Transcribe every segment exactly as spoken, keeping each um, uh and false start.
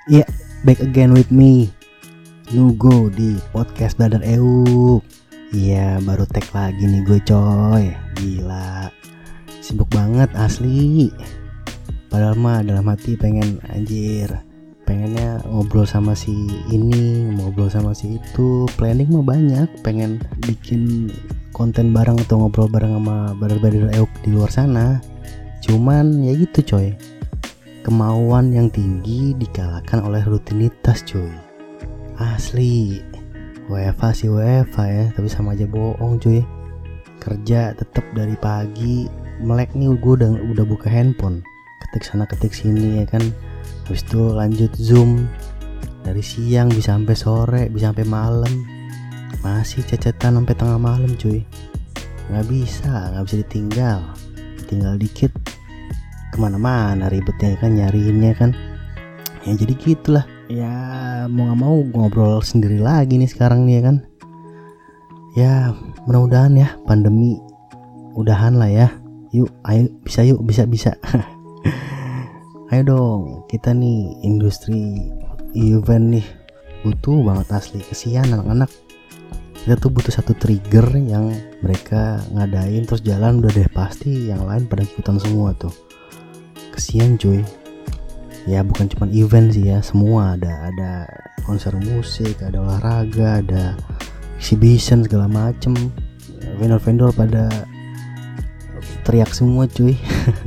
Iya, yeah, back again with me Nugo di podcast Brother Euk. Iya, yeah, baru tag lagi nih gue coy. Gila, sibuk banget asli. Padahal mah dalam hati pengen anjir, pengennya ngobrol sama si ini, ngobrol sama si itu. Planning mah banyak, pengen bikin konten bareng atau ngobrol bareng sama Brother Euk di luar sana. Cuman ya gitu coy, kemauan yang tinggi dikalahkan oleh rutinitas cuy. Asli W F H sih W F H ya, tapi sama aja bohong cuy. Kerja tetap dari pagi, melek nih gue udah, udah buka handphone, ketik sana ketik sini ya kan. Habis itu lanjut Zoom dari siang bisa sampai sore, bisa sampai malam. Masih cecetan sampai tengah malam cuy. Gak bisa, gak bisa ditinggal. Tinggal dikit kemana-mana ribetnya kan, nyariinnya kan. Ya jadi gitulah. Ya mau gak mau ngobrol sendiri lagi nih sekarang nih ya kan. Ya mudah-mudahan ya pandemi udahan lah ya. Yuk ayo bisa yuk bisa-bisa. Ayo dong, kita nih industri event nih butuh banget asli. Kesian anak-anak. Kita tuh butuh satu trigger yang mereka ngadain terus jalan udah deh, pasti yang lain pada ikutan semua tuh. Kesian cuy. Ya bukan cuma event sih ya, semua ada ada konser musik, ada olahraga, ada exhibition segala macem. Vendor-vendor pada teriak semua cuy.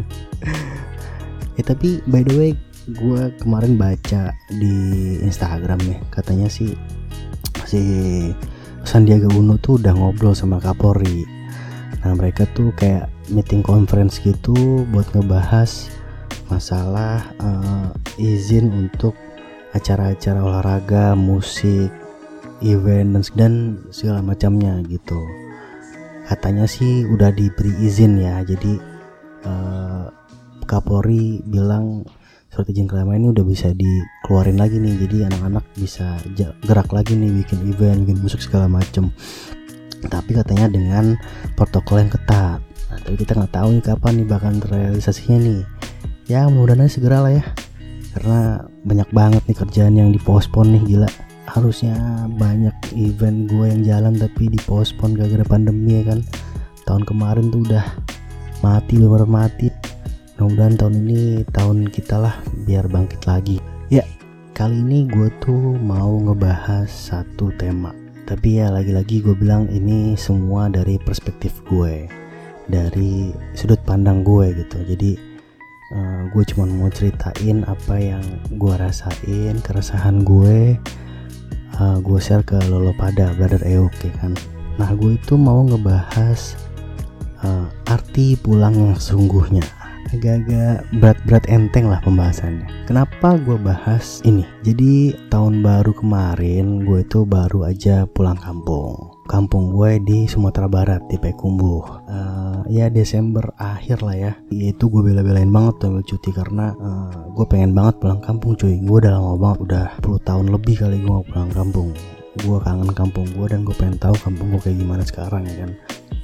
Ya tapi by the way, gue kemarin baca di Instagram ya, katanya sih si Sandiaga Uno tuh udah ngobrol sama Kapolri. Nah mereka tuh kayak meeting conference gitu buat ngebahas masalah uh, izin untuk acara-acara olahraga, musik, event dan segala macamnya gitu. Katanya sih udah diberi izin ya. Jadi uh, Kapolri bilang surat izin kelima ini udah bisa dikeluarin lagi nih. Jadi anak-anak bisa gerak lagi nih, bikin event, bikin musik segala macam. Tapi katanya dengan protokol yang ketat. Nah, tapi kita nggak tahu nih kapan nih bakal realisasinya nih. Ya mudah-mudahan segera lah ya, karena banyak banget nih kerjaan yang dipospon nih, gila. Harusnya banyak event gue yang jalan tapi dipospon gara-gara pandemi ya kan. Tahun kemarin tuh udah mati, bener mati. Mudah-mudahan tahun ini tahun kita lah biar bangkit lagi. Ya kali ini gue tuh mau ngebahas satu tema, tapi ya lagi-lagi gue bilang ini semua dari perspektif gue, dari sudut pandang gue gitu. Jadi Uh, gue cuma mau ceritain apa yang gue rasain, keresahan gue, uh, gue share ke lo pada Brother Euk ya kan. Nah gue itu mau ngebahas uh, arti pulang yang sesungguhnya. Agak-agak berat-berat enteng lah pembahasannya. Kenapa gue bahas ini? Jadi tahun baru kemarin gue itu baru aja pulang kampung. Kampung gue di Sumatera Barat, di Payakumbuh. uh, Ya Desember akhir lah ya. Itu gue bela-belain banget tuh ambil cuti karena uh, gue pengen banget pulang kampung cuy. Gue udah lama banget, udah sepuluh tahun lebih kali gue mau pulang kampung. Gue kangen kampung gue dan gue pengen tahu kampung gue kayak gimana sekarang ya kan.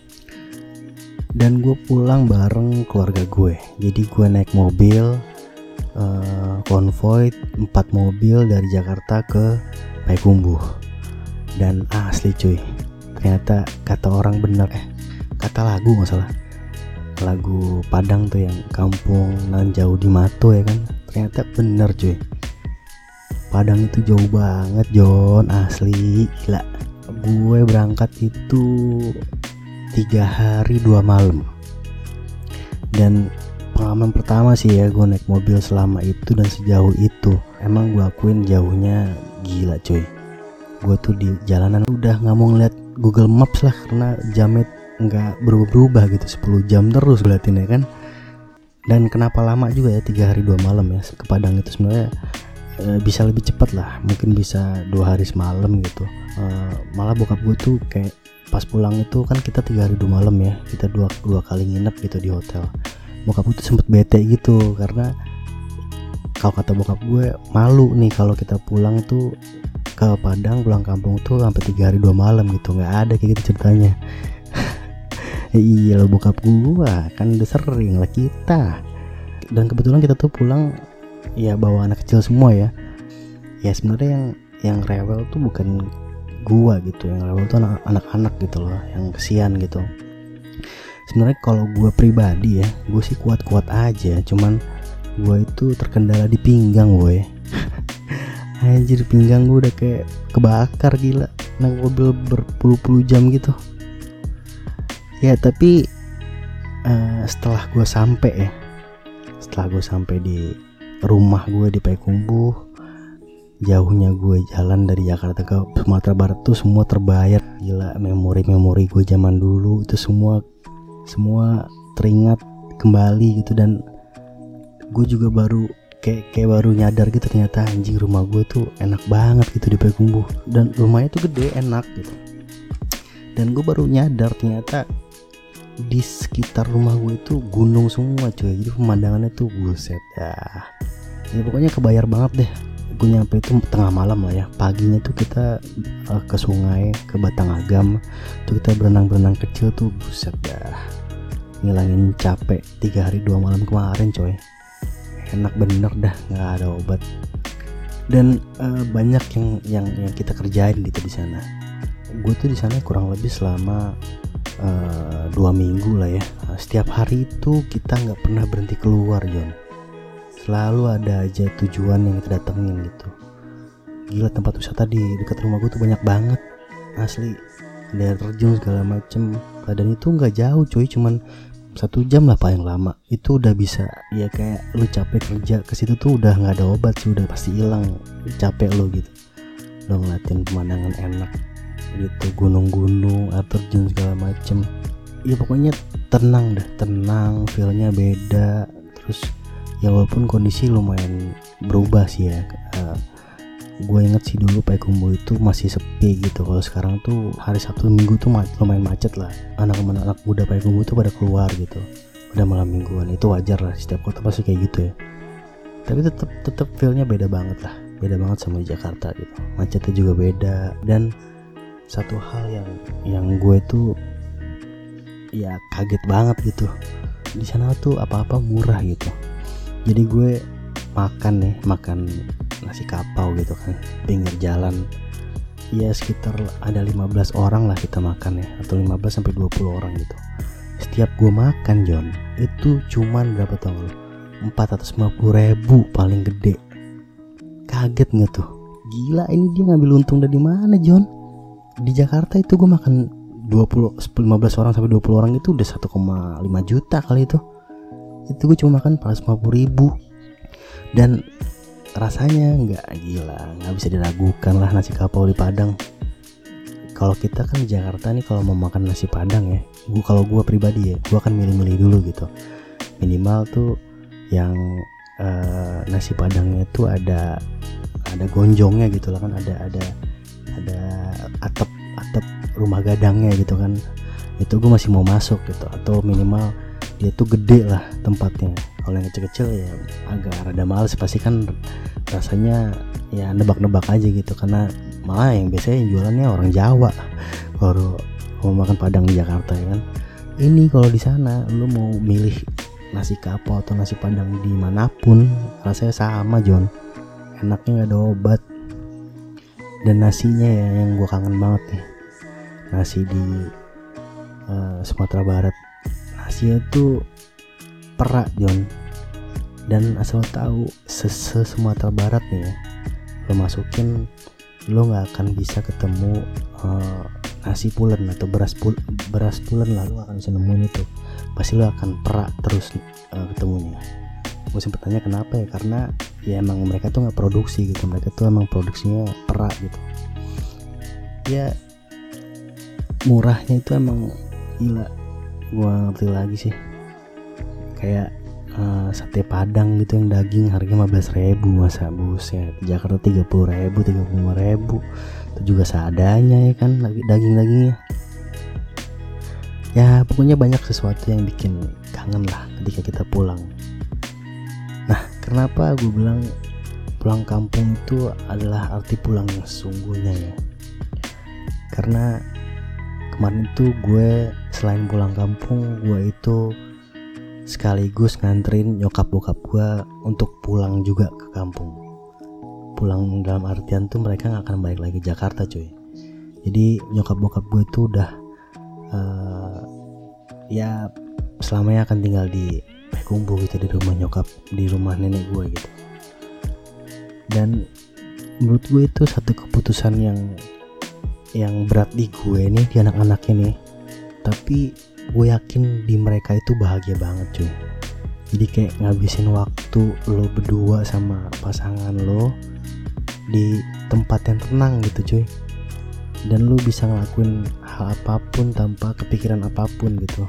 Dan gue pulang bareng keluarga gue. Jadi gue naik mobil uh, konvoy empat mobil dari Jakarta ke Payakumbuh. Dan asli cuy, ternyata kata orang bener, eh kata lagu gak salah, lagu Padang tuh yang kampung nan jauh di Mato ya kan. Ternyata bener cuy, Padang itu jauh banget Jon, asli gila. Gue berangkat itu tiga hari dua malam. Dan pengalaman pertama sih ya gue naik mobil selama itu dan sejauh itu. Emang gue akuin jauhnya gila cuy. Gue tuh di jalanan udah gak mau ngeliat Google Maps lah, karena jamnya gak berubah-berubah gitu, sepuluh jam terus gue liatin ya kan. Dan kenapa lama juga ya tiga hari dua malam ya ke Padang itu sebenarnya e, bisa lebih cepat lah, mungkin bisa dua hari semalam gitu. e, Malah bokap gue tuh kayak pas pulang itu kan kita tiga hari dua malam ya, kita dua dua kali nginep gitu di hotel. Bokap gue tuh sempet bete gitu karena kalau kata bokap gue malu nih kalau kita pulang tuh ke Padang, pulang kampung tuh sampai tiga hari dua malam gitu, nggak ada kayak gitu ceritanya. Iya lo bokap gue kan udah sering lah kita. Dan kebetulan kita tuh pulang ya bawa anak kecil semua ya. Ya sebenarnya yang yang rewel tuh bukan gua gitu, yang rewel tuh anak, anak-anak gitu loh, yang kesian gitu. Sebenarnya kalau gua pribadi ya, gua sih kuat-kuat aja, cuman gua itu terkendala di pinggang gue. Anjir, pinggang gue udah kayak kebakar gila, naik mobil berpuluh-puluh jam gitu. Ya tapi uh, setelah gue sampai ya, setelah gue sampai di rumah gue di Payakumbuh, jauhnya gue jalan dari Jakarta ke Sumatera Barat tuh semua terbayar. Gila, memori-memori gue zaman dulu itu semua semua teringat kembali gitu. Dan gue juga baru kayak kayak baru nyadar gitu, ternyata anjing rumah gue tuh enak banget gitu di Payakumbuh, dan rumahnya tuh gede, enak gitu. Dan gue baru nyadar ternyata di sekitar rumah gue itu gunung semua cuy, jadi pemandangannya tuh buset dah. Ya pokoknya kebayar banget deh. Gue nyampe itu tengah malam lah ya, paginya tuh kita uh, ke sungai, ke Batanghagam tuh kita berenang-berenang kecil tuh, buset dah, ngilangin capek tiga hari dua malam kemarin coy. Enak bener dah, nggak ada obat. Dan uh, banyak yang yang yang kita kerjain gitu di sana. Gue tuh di sana kurang lebih selama uh, dua minggu lah ya. Setiap hari itu kita nggak pernah berhenti keluar, John. Selalu ada aja tujuan yang kita datengin gitu. Gila, tempat wisata di dekat rumah gue tuh banyak banget, asli. Ada terjun segala macem. Dan itu nggak jauh cuy, cuman satu jam lah paling lama. Itu udah bisa, ya kayak lu capek kerja ke situ tuh udah nggak ada obat sih, udah pasti hilang capek lu gitu. Lo ngeliatin pemandangan enak gitu, gunung-gunung, air terjun segala macem. Ya pokoknya tenang dah, tenang, feelnya beda. Terus ya walaupun kondisi lumayan berubah sih ya. Uh, gue inget sih dulu Payakumbuh itu masih sepi gitu. Kalau sekarang tuh hari Sabtu Minggu tuh lumayan macet lah. Anak-anak muda Payakumbuh tuh pada keluar gitu, pada malam mingguan. Itu wajar lah, setiap kota pasti kayak gitu ya. Tapi tetap tetap feelnya beda banget lah, beda banget sama Jakarta gitu. Macetnya juga beda. Dan satu hal yang yang gue tuh ya kaget banget gitu, di sana tuh apa-apa murah gitu. Jadi gue makan nih, makan nasi kapau gitu kan, pinggir jalan. Ya sekitar ada lima belas orang lah kita makan ya, atau lima belas sampai dua puluh orang gitu. Setiap gue makan, John, itu cuman berapa tau lu? empat ratus lima puluh ribu paling gede. Kaget gak tuh? Gila, ini dia ngambil untung dari mana, John? Di Jakarta itu gue makan dua puluh, lima belas orang sampai dua puluh orang itu udah satu koma lima juta kali itu. Itu gue cuma makan empat ratus lima puluh ribu. Dan rasanya nggak gila, nggak bisa diragukan lah nasi kapau di Padang. Kalau kita kan di Jakarta nih, kalau mau makan nasi Padang ya, gue kalau gue pribadi ya, gue akan milih-milih dulu gitu. Minimal tuh yang uh, nasi Padangnya tuh ada ada gonjongnya gitu lah kan, ada ada ada atap atap rumah gadangnya gitu kan. Itu gue masih mau masuk gitu. Atau minimal dia tuh gede lah tempatnya. Kalau yang kecil-kecil ya agak rada males, pasti kan rasanya ya nebak-nebak aja gitu, karena malah yang biasanya yang jualannya orang Jawa kalau mau makan Padang di Jakarta ya kan. Ini kalau di sana lu mau milih nasi kapau atau nasi Padang dimanapun rasanya sama, John. Enaknya nggak ada obat. Dan nasinya ya yang gue kangen banget nih, nasi di uh, Sumatera Barat. Nasinya tuh perak, John. Dan asal tahu, se Sumatera Barat nih ya, lo masukin, lo nggak akan bisa ketemu uh, nasi pulen atau beras pul beras pulen lah, lo akan bisa nemuin itu. Pasti lo akan perak terus uh, ketemunya. Gue sempet tanya kenapa ya, karena ya emang mereka tuh nggak produksi gitu, mereka tuh emang produksinya perak gitu. Ya murahnya itu emang gila, gue ngerti lagi sih. Kayak uh, sate Padang gitu yang daging harganya lima belas ribu, masa buset. Di Jakarta tiga puluh ribu, tiga puluh lima ribu. Itu juga seadanya ya kan daging-dagingnya. Ya pokoknya banyak sesuatu yang bikin kangen lah ketika kita pulang. Nah, kenapa gue bilang pulang kampung itu adalah arti pulang yang sesungguhnya ya? Karena kemarin itu gue selain pulang kampung, gue itu sekaligus nganterin nyokap bokap gue untuk pulang juga ke kampung. pulang dalam artian tuh mereka gak akan balik lagi ke Jakarta cuy. Jadi nyokap bokap gue tuh udah uh, ya selamanya akan tinggal di Payakumbuh gitu, di rumah nyokap, di rumah nenek gue gitu. Dan menurut gue itu satu keputusan yang yang berat di gue nih, di anak-anaknya nih. Tapi gue yakin di mereka itu bahagia banget cuy. Jadi kayak ngabisin waktu lo berdua sama pasangan lo di tempat yang tenang gitu cuy. Dan lo bisa ngelakuin hal apapun tanpa kepikiran apapun gitu.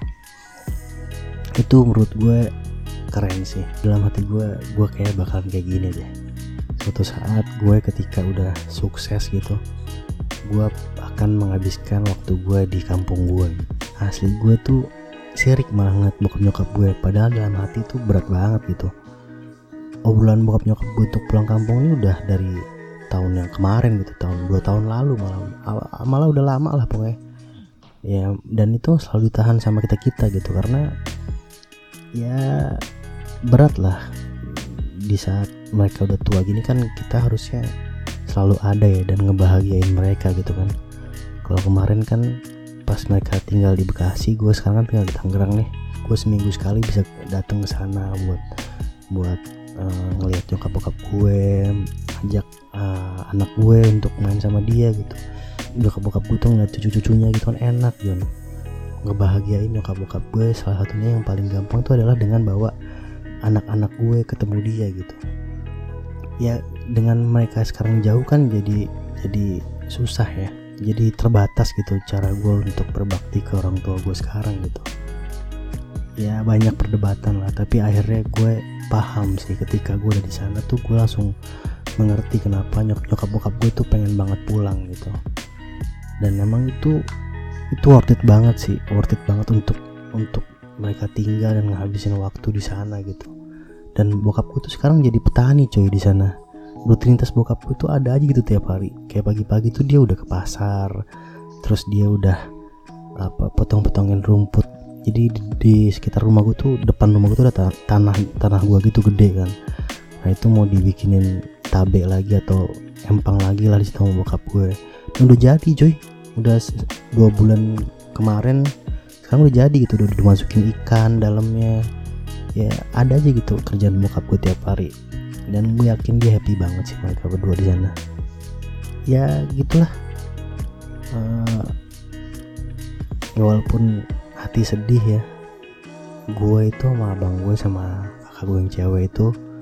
Itu menurut gue keren sih. Dalam hati gue, gue kayak bakalan kayak gini deh. Suatu saat gue ketika udah sukses gitu, gue akan menghabiskan waktu gue di kampung gue. Asli gue tuh sirik malah ngeliat bokap nyokap gue, padahal dalam hati tuh berat banget gitu. Obrolan bokap nyokap gue untuk pulang kampung ini udah dari tahun yang kemarin gitu, tahun dua tahun lalu malah malah udah lama lah pokoknya. Ya dan itu selalu ditahan sama kita kita gitu, karena ya berat lah di saat mereka udah tua gini kan, kita harusnya selalu ada ya dan ngebahagiain mereka gitu kan. Kalau kemarin kan pas mereka tinggal di Bekasi, gue sekarang kan tinggal di Tangerang nih. Gue seminggu sekali bisa datang ke sana buat buat uh, ngelihat nyokap bokap gue, ajak uh, anak gue untuk main sama dia gitu. Nyokap bokap gue tuh ngeliat cucu-cucunya gitu kan, enak Jon. Ngebahagiain nyokap bokap gue salah satunya yang paling gampang tuh adalah dengan bawa anak-anak gue ketemu dia gitu. Ya dengan mereka sekarang jauh kan jadi jadi susah ya. Jadi terbatas gitu cara gue untuk berbakti ke orang tua gue sekarang gitu. Ya banyak perdebatan lah, tapi akhirnya gue paham sih ketika gue udah di sana tuh, gue langsung mengerti kenapa nyok- nyokap bokap gue tuh pengen banget pulang gitu. Dan memang itu itu worth it banget sih, worth it banget untuk untuk mereka tinggal dan ngabisin waktu di sana gitu. Dan bokap gue tuh sekarang jadi petani coy di sana. Rutinitas bokap gue tuh ada aja gitu tiap hari. Kayak pagi-pagi tuh dia udah ke pasar, terus dia udah apa potong-potongin rumput. Jadi di, di sekitar rumah gue tuh, depan rumah gue tuh ada tanah tanah gue gitu gede kan. Nah itu mau dibikinin tabe lagi atau empang lagi lah di situ sama bokap gue. Dan udah jadi coy, udah dua bulan kemarin, sekarang udah jadi gitu, udah dimasukin ikan dalamnya. Ya ada aja gitu kerjaan bokap gue tiap hari. Dan gue yakin dia happy banget sih mereka berdua di sana. Ya gitulah. Uh, ya walaupun hati sedih ya, gue itu sama abang gue sama kakak gue yang cewek itu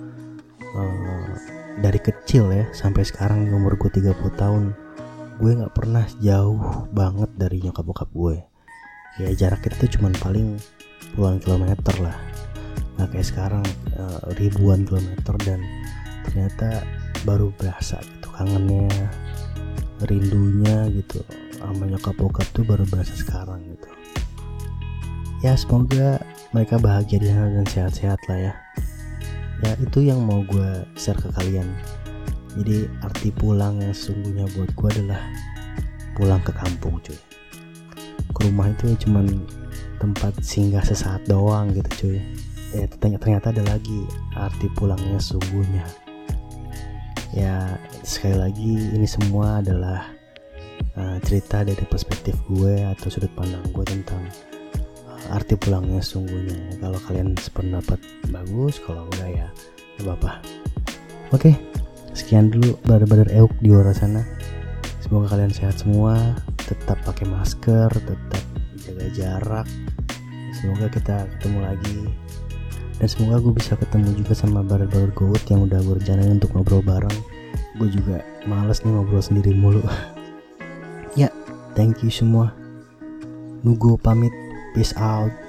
uh, dari kecil ya sampai sekarang umur gue tiga puluh tahun, gue nggak pernah jauh banget dari nyokap bokap gue. Ya jarak kita tuh cuman paling puluhan kilometer lah. Nah kayak sekarang uh, ribuan kilometer, dan ternyata baru berasa gitu kangennya, rindunya gitu sama nyokap bokap tuh baru berasa sekarang gitu. Ya semoga mereka bahagia di sana dan sehat-sehat lah ya. Ya itu yang mau gue share ke kalian. Jadi arti pulang yang sesungguhnya buat gue adalah pulang ke kampung cuy. Ke rumah itu ya cuman tempat singgah sesaat doang gitu cuy. Ya ternyata ada lagi arti pulangnya sesungguhnya. Ya sekali lagi ini semua adalah uh, cerita dari perspektif gue atau sudut pandang gue tentang uh, arti pulangnya sesungguhnya. Kalau kalian sependapat bagus, kalau enggak ya gak apa-apa. Oke, sekian dulu brother-brother Euk di luar sana. Semoga kalian sehat semua, tetap pakai masker, tetap jaga jarak. Semoga kita ketemu lagi. Dan semoga gue bisa ketemu juga sama brother-brother Goat yang udah gue rencanain untuk ngobrol bareng. Gue juga males nih ngobrol sendiri mulu. Ya, thank you semua. Nugo pamit, peace out.